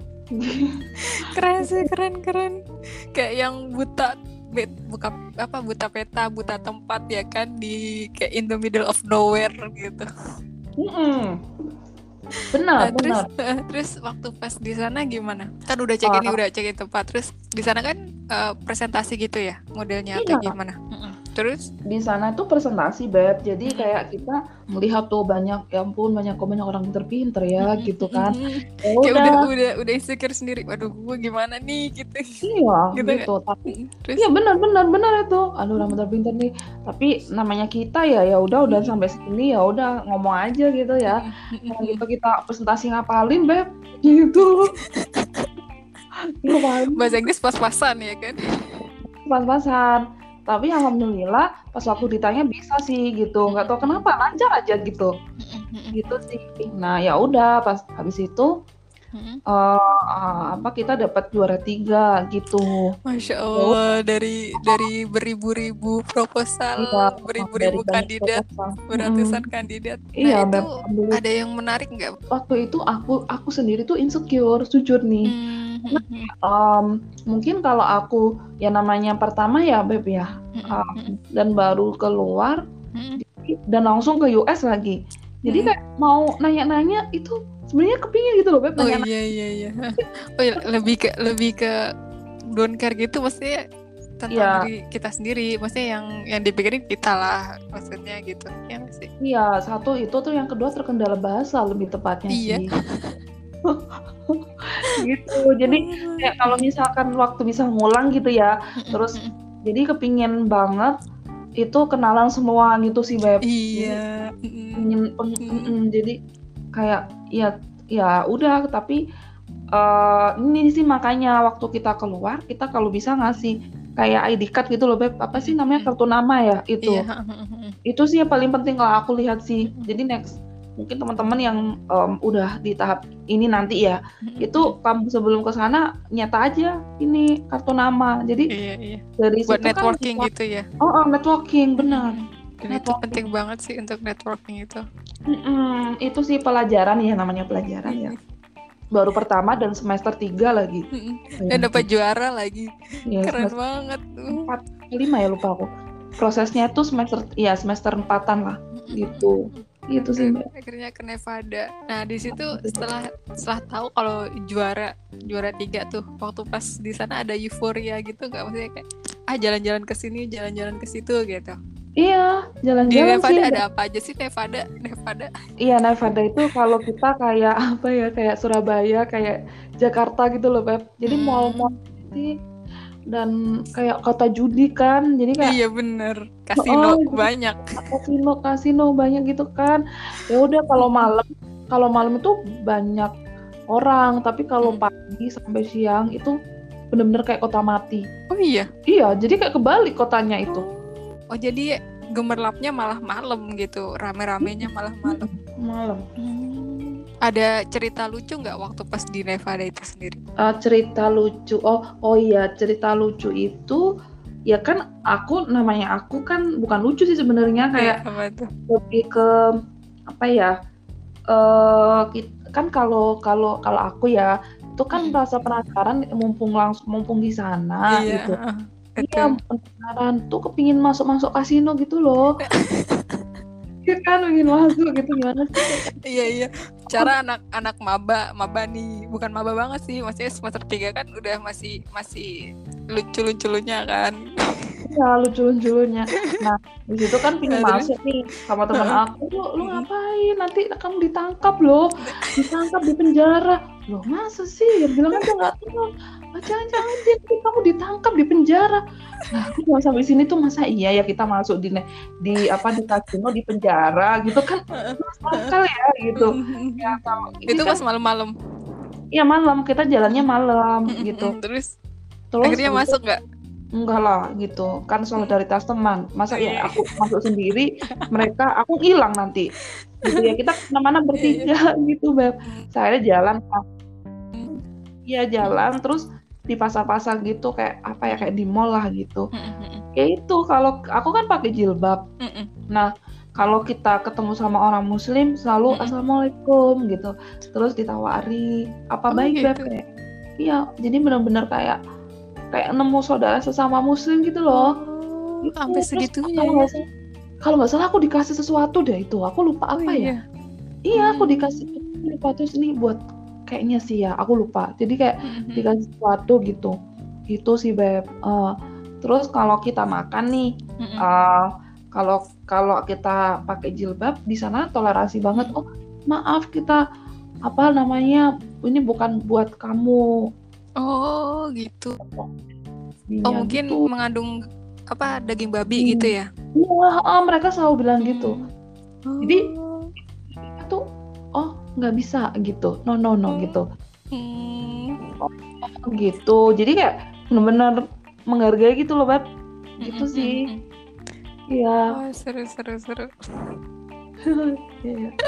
Speaker 1: Keren sih, keren keren. Kayak yang buta bet, buka apa buta peta, buta tempat ya kan di kayak in the middle of nowhere gitu.
Speaker 2: Mm-mm. Benar
Speaker 1: Nah, terus
Speaker 2: benar.
Speaker 1: eh, terus waktu pas di sana gimana? Kan udah cek ini,
Speaker 2: Uh,
Speaker 1: udah cekin tempat. Terus di sana kan eh, presentasi gitu ya, modelnya atau
Speaker 2: iya
Speaker 1: gimana? Mm-mm. Terus
Speaker 2: di sana tuh presentasi Beb jadi
Speaker 1: Mm-mm.
Speaker 2: kayak kita melihat tuh banyak ya ampun banyak banyak orang pinter-pinter ya
Speaker 1: Mm-mm.
Speaker 2: gitu kan
Speaker 1: Mm-mm.
Speaker 2: ya
Speaker 1: Kayak udah
Speaker 2: udah
Speaker 1: udah udah insecure sendiri. Waduh, gue gimana nih gitu.
Speaker 2: iya
Speaker 1: Gitu nggak?
Speaker 2: gitu tapi
Speaker 1: Mm-mm. Terus
Speaker 2: iya benar benar benar itu aduh orang pinter-pinter nih tapi namanya kita ya ya udah udah sampai sini ya udah ngomong aja gitu ya kalau gitu kita presentasi ngapalin Beb gitu ngapalin
Speaker 1: bahasa Inggris pas-pasan ya kan?
Speaker 2: pas-pasan tapi alhamdulillah pas waktu ditanya bisa sih gitu nggak tahu kenapa lancar aja gitu gitu sih nah ya udah pas habis itu
Speaker 1: Mm-mm.
Speaker 2: uh, uh, apa kita dapat juara tiga gitu.
Speaker 1: Masya
Speaker 2: Ya
Speaker 1: Allah, dari dari beribu-ribu proposal,
Speaker 2: udah dari
Speaker 1: beribu-ribu
Speaker 2: banyak
Speaker 1: kandidat,
Speaker 2: proposal.
Speaker 1: beratusan
Speaker 2: Mm-mm.
Speaker 1: kandidat. Nah
Speaker 2: Iya,
Speaker 1: itu
Speaker 2: Beb. Alhamdulillah.
Speaker 1: ada yang menarik nggak?
Speaker 2: Waktu itu aku aku sendiri tuh insecure, jujur nih. Karena
Speaker 1: Hmm.
Speaker 2: um, mungkin kalau aku ya namanya pertama ya, Beb ya, um, dan baru keluar dan langsung ke U S lagi. Jadi kayak mau nanya-nanya itu sebenarnya kepingin gitu loh Beb
Speaker 1: Oh
Speaker 2: nanya-nanya.
Speaker 1: iya iya iya. Oh iya, lebih ke lebih ke don't care gitu, maksudnya tentang
Speaker 2: Iya.
Speaker 1: diri kita sendiri, maksudnya yang yang dipikirin kita lah, maksudnya gitu ya nggak sih?
Speaker 2: Iya, satu itu tuh yang kedua terkendala bahasa lebih tepatnya
Speaker 1: Iya.
Speaker 2: sih. Gitu. Jadi kayak kalau misalkan waktu bisa ngulang gitu ya, terus jadi kepingin banget itu kenalan semua gitu sih Beb.
Speaker 1: Iya.
Speaker 2: Jadi, pengen, peng, mm, jadi kayak ya ya udah tapi uh, ini sih makanya waktu kita keluar kita kalau bisa ngasih kayak I D card gitu loh Beb, apa sih namanya kartu nama ya itu.
Speaker 1: Iya.
Speaker 2: Itu sih yang paling penting kalau aku lihat sih. Jadi next mungkin teman-teman yang um, udah di tahap ini nanti ya, itu kamu sebelum ke sana nyata aja ini kartu nama. Jadi
Speaker 1: Iya, iya.
Speaker 2: dari
Speaker 1: Buat
Speaker 2: situ
Speaker 1: networking
Speaker 2: kan,
Speaker 1: gitu ya.
Speaker 2: Oh, oh networking benar.
Speaker 1: Dan itu penting banget sih untuk networking itu.
Speaker 2: Mm-mm, itu sih pelajaran ya namanya pelajaran ya. Baru pertama dan semester tiga lagi.
Speaker 1: Dan dapat juara lagi.
Speaker 2: Ya,
Speaker 1: keren banget tuh.
Speaker 2: Empat lima ya lupa aku. Prosesnya tuh semester ya semester empatan lah gitu. Gitu sih Mbak.
Speaker 1: Akhirnya ke Nevada. Nah di situ setelah setelah tahu kalau juara juara tiga tuh, waktu pas di sana ada euforia gitu nggak, maksudnya kayak ah jalan-jalan ke sini, jalan-jalan ke situ gitu.
Speaker 2: Iya, jalan-jalan
Speaker 1: di Nevada
Speaker 2: sih.
Speaker 1: Ada apa aja sih Nevada? Nevada.
Speaker 2: Iya, Nevada itu kalau kita kayak apa ya, kayak Surabaya, kayak Jakarta gitu loh, Beb. Jadi hmm. mall-mall sih dan kayak kota judi kan. Jadi kayak
Speaker 1: iya bener, kasino oh, banyak.
Speaker 2: Kasino, kasino banyak gitu kan. Ya udah kalau malam, kalau malam itu banyak orang, tapi kalau hmm. pagi sampai siang itu benar-benar kayak kota mati.
Speaker 1: Oh iya.
Speaker 2: Iya, jadi kayak kebalik kotanya itu.
Speaker 1: Oh jadi gemerlapnya malah malam gitu, rame-ramenya malah malam.
Speaker 2: Malam.
Speaker 1: Hmm. Ada cerita lucu nggak waktu pas di Nevada itu sendiri?
Speaker 2: Uh, cerita lucu, oh oh iya cerita lucu itu ya kan aku namanya aku kan bukan lucu sih sebenarnya kayak
Speaker 1: ya,
Speaker 2: lebih ke apa ya? Uh, kan kalau kalau kalau aku ya itu kan rasa penasaran mumpung langsung mumpung di sana
Speaker 1: iya.
Speaker 2: gitu. Iya, penasaran tuh kepingin masuk-masuk kasino gitu loh. Iya kan, pengen masuk gitu gimana sih?
Speaker 1: Iya iya. Cara anak-anak maba, maba nih, bukan maba banget sih, maksudnya semester tiga kan udah masih masih lucu-lucu-lucunya kan.
Speaker 2: Iya, lucu-lucunya. Nah, di situ kan pengen nah, masuk nih sama teman aku, lu, lu ngapain? Nanti kamu ditangkap loh, ditangkap di penjara. Loh masa sih? Ya bilang aja nggak tahu. Ah jangan-jangan dia kamu ditangkap di penjara. Nah, aku cuma sampai sini tuh masa iya ya kita masuk di di apa di kasino di penjara gitu kan masuk akal ya gitu. Ya kalau ini
Speaker 1: Itu
Speaker 2: kan
Speaker 1: pas malam-malam.
Speaker 2: iya malam kita jalannya malam gitu.
Speaker 1: Terus
Speaker 2: Terus
Speaker 1: akhirnya
Speaker 2: habis itu,
Speaker 1: masuk nggak?
Speaker 2: enggak lah gitu kan solidaritas teman. Masa
Speaker 1: Oh,
Speaker 2: ya
Speaker 1: iya.
Speaker 2: aku masuk sendiri mereka aku hilang nanti. Gitu ya kita kemana-mana bertiga gitu Beb. Saya jalan Iya jalan terus di pasar-pasar gitu kayak apa ya kayak di mall lah gitu. Kayak itu kalau aku kan pakai jilbab. Nah kalau kita ketemu sama orang muslim selalu
Speaker 1: Mm-mm.
Speaker 2: assalamualaikum gitu. Terus ditawari apa
Speaker 1: Oh,
Speaker 2: baik Beb
Speaker 1: gitu.
Speaker 2: kayak. Iya jadi benar-benar kayak kayak nemu saudara sesama muslim gitu loh.
Speaker 1: Oh,
Speaker 2: Gitu.
Speaker 1: sampai
Speaker 2: Terus
Speaker 1: segitunya
Speaker 2: kalau
Speaker 1: ya.
Speaker 2: nggak salah kalau nggak salah aku dikasih sesuatu deh itu. Aku lupa
Speaker 1: Oh,
Speaker 2: apa ya.
Speaker 1: iya.
Speaker 2: Iya aku
Speaker 1: Hmm.
Speaker 2: dikasih lupa terus ini buat kayaknya sih ya aku lupa. Jadi kayak
Speaker 1: Mm-mm.
Speaker 2: dikasih sesuatu gitu. Itu sih Beb. Uh, terus kalau kita makan nih,
Speaker 1: Mm-mm.
Speaker 2: uh, kalau kalau kita pakai jilbab di sana toleransi banget. Oh maaf kita apa namanya ini bukan buat kamu.
Speaker 1: Oh gitu.
Speaker 2: Iya,
Speaker 1: Oh mungkin
Speaker 2: gitu.
Speaker 1: mengandung apa daging babi
Speaker 2: Hmm.
Speaker 1: gitu ya?
Speaker 2: Iya, oh, mereka selalu bilang
Speaker 1: Hmm.
Speaker 2: gitu.
Speaker 1: Oh.
Speaker 2: Jadi itu oh nggak bisa gitu. No no no
Speaker 1: Hmm.
Speaker 2: gitu.
Speaker 1: Hmm.
Speaker 2: Oh, gitu. Jadi kayak benar-benar menghargai gitu loh, Beb. Gitu
Speaker 1: Mm-mm.
Speaker 2: sih. Iya.
Speaker 1: Oh, seru seru seru.
Speaker 2: Iya.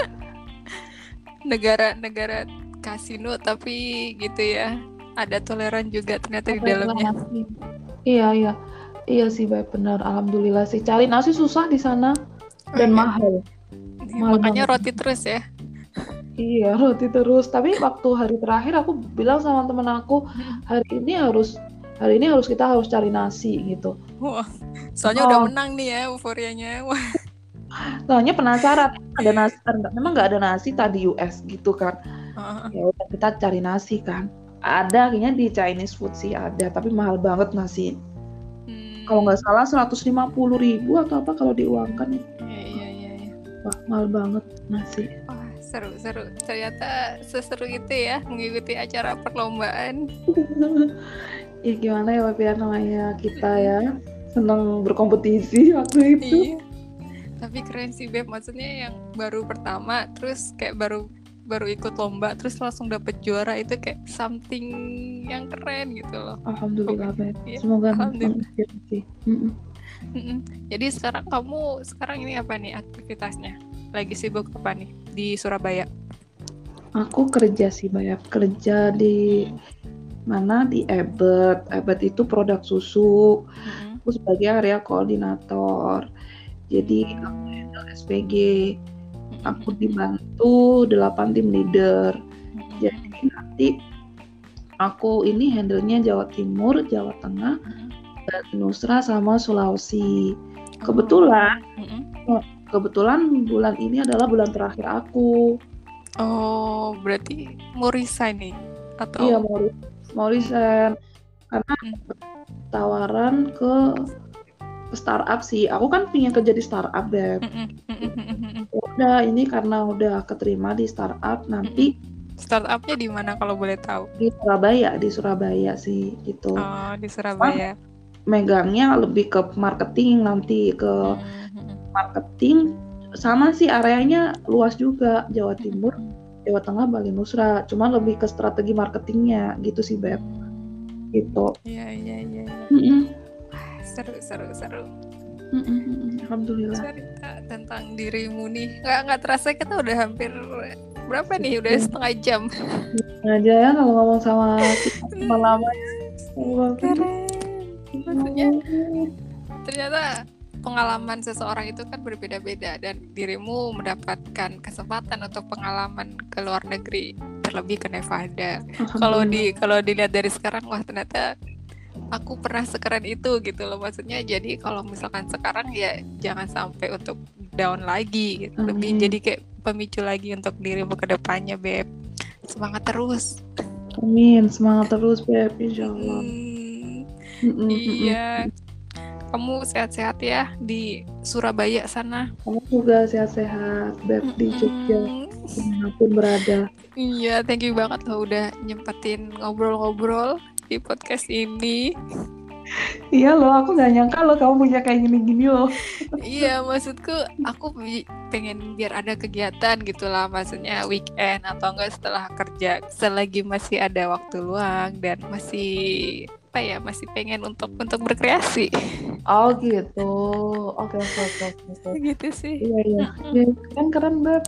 Speaker 1: Negara-negara kasino tapi gitu ya. Ada toleran juga ternyata di
Speaker 2: Apa yang
Speaker 1: dalamnya.
Speaker 2: nasi? Iya, iya. Iya sih, Beb, benar. Alhamdulillah sih. Cari nasi susah di sana dan
Speaker 1: Oh, iya.
Speaker 2: mahal. Mahal
Speaker 1: Makanya
Speaker 2: banget.
Speaker 1: roti terus ya.
Speaker 2: Iya, roti terus. Tapi waktu hari terakhir aku bilang sama temen aku, hari ini harus hari ini harus kita harus cari nasi gitu.
Speaker 1: Wah, soalnya
Speaker 2: Oh.
Speaker 1: udah menang nih ya euforianya. Wah.
Speaker 2: Soalnya penasaran, ada nasi, memang nggak ada nasi tadi U S gitu kan.
Speaker 1: Uh-huh.
Speaker 2: Ya udah kita cari nasi kan. Ada kayaknya di Chinese food sih ada, tapi mahal banget nasi.
Speaker 1: Hmm.
Speaker 2: Kalau nggak salah seratus lima puluh ribu atau apa kalau diuangkan.
Speaker 1: Iya iya iya. iya.
Speaker 2: Wah, mahal banget nasi.
Speaker 1: Wah, seru-seru. Ternyata seseru itu ya mengikuti acara perlombaan.
Speaker 2: Ya gimana ya Bapak ya namanya kita ya senang berkompetisi waktu itu.
Speaker 1: Iya. Tapi keren sih Beb, maksudnya yang baru pertama terus kayak baru baru ikut lomba terus langsung dapet juara itu kayak something yang keren gitu loh.
Speaker 2: Alhamdulillah Beb.
Speaker 1: Iya,
Speaker 2: Semoga
Speaker 1: alhamdulillah.
Speaker 2: menginspirasi. Mm-mm.
Speaker 1: Mm-mm. Jadi sekarang kamu sekarang ini apa nih aktivitasnya? Lagi sibuk apa nih di Surabaya?
Speaker 2: Aku kerja sih Bayap, kerja di mana di Ebet. Ebet itu produk susu.
Speaker 1: Mm-mm.
Speaker 2: Aku sebagai area koordinator. Jadi aku handle S P G. Aku dibantu delapan tim leader. Jadi nanti aku ini handle-nya Jawa Timur, Jawa Tengah, dan Nusra sama Sulawesi. Kebetulan,
Speaker 1: Mm-mm.
Speaker 2: kebetulan bulan ini adalah bulan terakhir aku.
Speaker 1: Oh, berarti mau resign nih? Atau?
Speaker 2: Iya mau mau resign karena tawaran ke startup sih. Aku kan pengen kerja di startup Beb. Udah ini karena udah keterima di startup nanti.
Speaker 1: Startupnya di mana kalau boleh tahu?
Speaker 2: Di Surabaya, di Surabaya sih gitu.
Speaker 1: Oh, di Surabaya.
Speaker 2: Megangnya lebih ke marketing nanti ke marketing sama sih areanya luas juga Jawa Timur, Jawa Tengah, Bali Nusra. Cuman lebih ke strategi marketingnya gitu sih Beb. Gitu.
Speaker 1: Iya iya iya. Seru seru seru.
Speaker 2: Mm-mm. Alhamdulillah.
Speaker 1: Cerita tentang dirimu nih. Nggak nggak terasa kita udah hampir berapa nih? Udah setengah jam.
Speaker 2: Aja ya kalau ngomong sama kita lama.
Speaker 1: Keren. Maksudnya ternyata pengalaman seseorang itu kan berbeda-beda dan dirimu mendapatkan kesempatan untuk pengalaman ke luar negeri terlebih ke Nevada. Kalau di kalau dilihat dari sekarang wah ternyata aku pernah sekeren itu gitu loh, maksudnya jadi kalau misalkan sekarang ya jangan sampai untuk down lagi gitu. Lebih jadi kayak pemicu lagi untuk dirimu ke depannya Beb. Semangat terus.
Speaker 2: Amin, semangat terus Beb, insyaallah.
Speaker 1: Hmm, iya. Kamu sehat-sehat ya di Surabaya sana.
Speaker 2: Kamu juga sehat-sehat Beb di Jogja dimanapun berada.
Speaker 1: Iya, thank you banget loh udah nyempetin ngobrol-ngobrol di podcast ini.
Speaker 2: Iya loh, aku nggak nyangka loh kamu punya kayak gini-gini loh.
Speaker 1: Iya, maksudku aku bi- pengen biar ada kegiatan gitulah, maksudnya weekend atau enggak setelah kerja, selagi masih ada waktu luang dan masih apa ya, masih pengen untuk untuk berkreasi.
Speaker 2: Oh gitu. Oke oke oke oke.
Speaker 1: Gitu sih.
Speaker 2: Iya iya. Ya, keren keren Beb.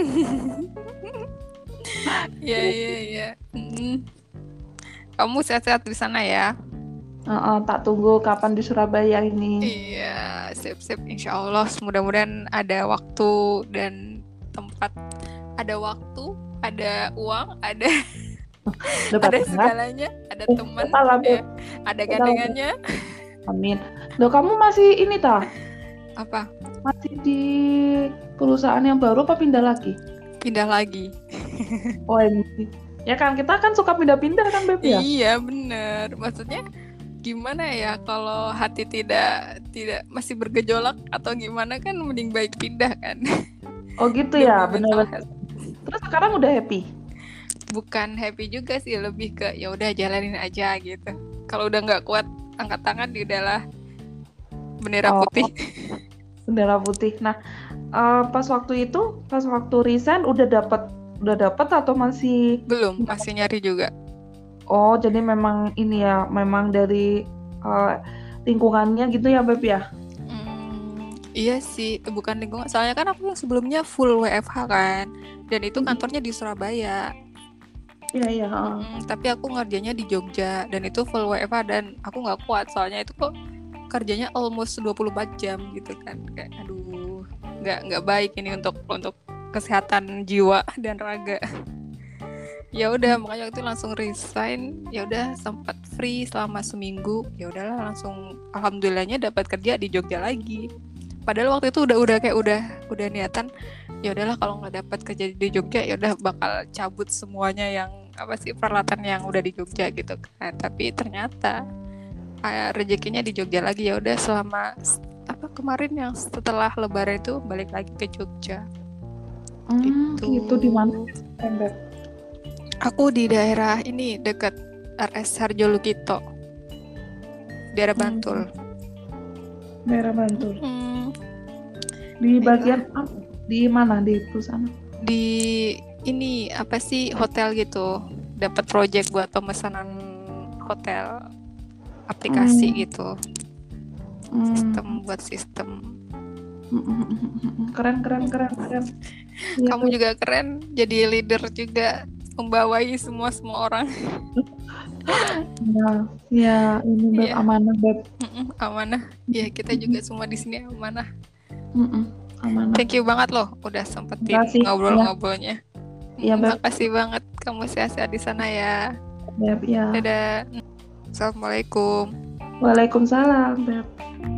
Speaker 1: Iya iya iya. Mm. Kamu sehat-sehat di sana ya?
Speaker 2: Uh, uh, tak tunggu kapan di Surabaya ini.
Speaker 1: Iya, sip-sip, insya Allah. Mudah-mudahan ada waktu dan tempat, ada waktu, ada uang, ada ada segalanya, ada teman, ya, ada gandengannya.
Speaker 2: Amin. Loh, kamu masih ini tah?
Speaker 1: Apa?
Speaker 2: Masih di perusahaan yang baru apa pindah lagi?
Speaker 1: Pindah lagi.
Speaker 2: Oh ini. Ya kan kita kan suka pindah-pindah kan Beb ya?
Speaker 1: Iya bener. Maksudnya gimana ya, kalau hati tidak tidak masih bergejolak atau gimana kan mending baik pindah kan.
Speaker 2: Oh gitu ya, benar-benar. Terus sekarang udah happy?
Speaker 1: Bukan happy juga sih, lebih ke ya udah jalanin aja gitu. Kalau udah nggak kuat angkat tangan, di udahlah, bendera
Speaker 2: oh,
Speaker 1: putih.
Speaker 2: Bendera putih. Nah, uh, pas waktu itu, pas waktu resign udah dapat udah dapat atau masih
Speaker 1: belum, masih nyari juga.
Speaker 2: Oh, jadi memang ini ya, memang dari uh, lingkungannya gitu ya, Beb ya?
Speaker 1: Hmm, iya sih, bukan lingkungan. Soalnya kan aku yang sebelumnya full W F H kan, dan itu kantornya di Surabaya.
Speaker 2: Iya iya.
Speaker 1: Hmm, tapi aku ngerjanya di Jogja, dan itu full W F H dan aku nggak kuat. Soalnya itu kok kerjanya almost dua puluh empat jam gitu kan, kayak aduh, nggak nggak baik ini untuk untuk kesehatan jiwa dan raga. Ya udah, makanya itu langsung resign. Ya udah, sempat free selama seminggu. Ya udahlah, langsung alhamdulillahnya dapat kerja di Jogja lagi. Padahal waktu itu udah udah kayak udah udah niatan, ya udahlah kalau nggak dapat kerja di Jogja ya udah bakal cabut semuanya yang apa sih, peralatan yang udah di Jogja gitu kan. Tapi ternyata uh, rezekinya di Jogja lagi. Ya udah, selama apa kemarin yang setelah Lebaran itu balik lagi ke Jogja.
Speaker 2: Hmm, gitu. Itu di mana?
Speaker 1: Aku di daerah ini, dekat R S Harjolukito, daerah Bantul.
Speaker 2: Hmm. Daerah Bantul.
Speaker 1: Hmm.
Speaker 2: Di bagian apa? Di mana di perusahaan?
Speaker 1: Di ini apa sih, hotel gitu. Dapat project buat pemesanan hotel, aplikasi hmm. gitu. Hmm. Sistem buat sistem.
Speaker 2: Keren keren keren keren.
Speaker 1: Kamu juga keren, jadi leader juga, membawai semua semua orang.
Speaker 2: Ya, ya ini Beb, yeah. Amanah Beb.
Speaker 1: Mm-mm, amanah. Ya kita juga semua di sini amanah.
Speaker 2: Mm-mm, amanah.
Speaker 1: Thank you banget loh, udah sempetin ngobrol-ngobrolnya.
Speaker 2: Iya
Speaker 1: mm,
Speaker 2: Beb.
Speaker 1: Makasih banget, kamu sehat-sehat di sana ya.
Speaker 2: Beb ya.
Speaker 1: Dadah. Assalamualaikum.
Speaker 2: Waalaikumsalam Beb.